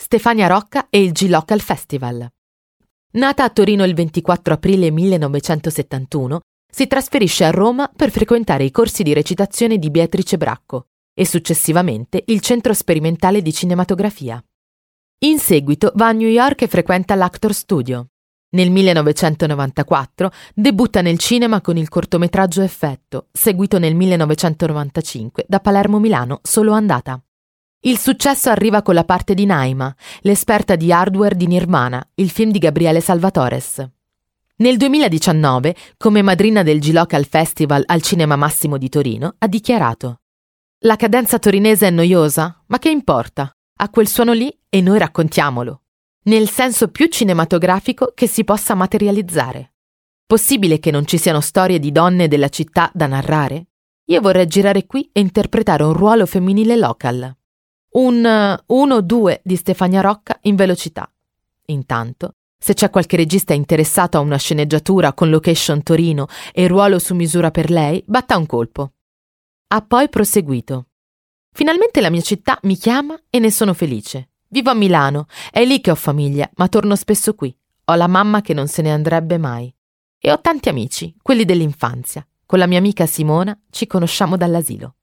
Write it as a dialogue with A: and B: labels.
A: Stefania Rocca e il G-Local Festival. Nata a Torino il 24 aprile 1971, si trasferisce a Roma per frequentare i corsi di recitazione di Beatrice Bracco e successivamente il Centro Sperimentale di Cinematografia. In seguito va a New York e frequenta l'Actor Studio. Nel 1994 debutta nel cinema con il cortometraggio Effetto, seguito nel 1995 da Palermo-Milano Solo andata. Il successo arriva con la parte di Naima, l'esperta di hardware di Nirvana, il film di Gabriele Salvatores. Nel 2019, come madrina del G-Local Festival al Cinema Massimo di Torino, ha dichiarato: «La cadenza torinese è noiosa, ma che importa? Ha quel suono lì e noi raccontiamolo. Nel senso più cinematografico che si possa materializzare. Possibile che non ci siano storie di donne della città da narrare? Io vorrei girare qui e interpretare un ruolo femminile local. Un 1-2 di Stefania Rocca in velocità. Intanto, se c'è qualche regista interessato a una sceneggiatura con location Torino e ruolo su misura per lei, batta un colpo». Ha poi proseguito: «Finalmente la mia città mi chiama e ne sono felice. Vivo a Milano, è lì che ho famiglia, ma torno spesso qui. Ho la mamma che non se ne andrebbe mai. E ho tanti amici, quelli dell'infanzia. Con la mia amica Simona ci conosciamo dall'asilo».